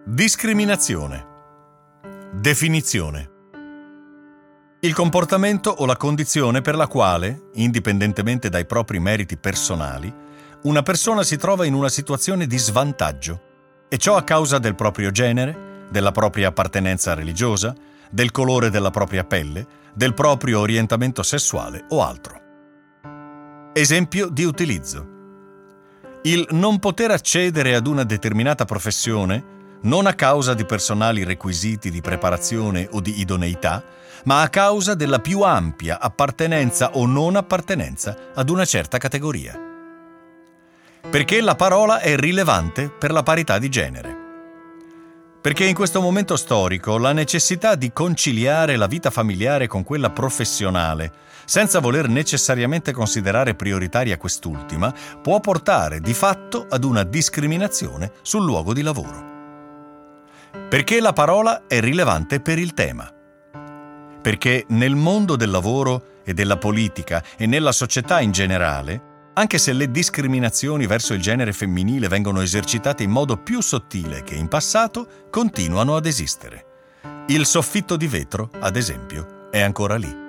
Discriminazione. Definizione. Il comportamento o la condizione per la quale, indipendentemente dai propri meriti personali, una persona si trova in una situazione di svantaggio, e ciò a causa del proprio genere, della propria appartenenza religiosa, del colore della propria pelle, del proprio orientamento sessuale o altro. Esempio di utilizzo. Il non poter accedere ad una determinata professione non a causa di personali requisiti di preparazione o di idoneità, ma a causa della più ampia appartenenza o non appartenenza ad una certa categoria. Perché la parola è rilevante per la parità di genere. Perché in questo momento storico la necessità di conciliare la vita familiare con quella professionale, senza voler necessariamente considerare prioritaria quest'ultima, può portare di fatto ad una discriminazione sul luogo di lavoro. Perché la parola è rilevante per il tema. Perché nel mondo del lavoro e della politica e nella società in generale, anche se le discriminazioni verso il genere femminile vengono esercitate in modo più sottile che in passato, continuano ad esistere. Il soffitto di vetro, ad esempio, è ancora lì.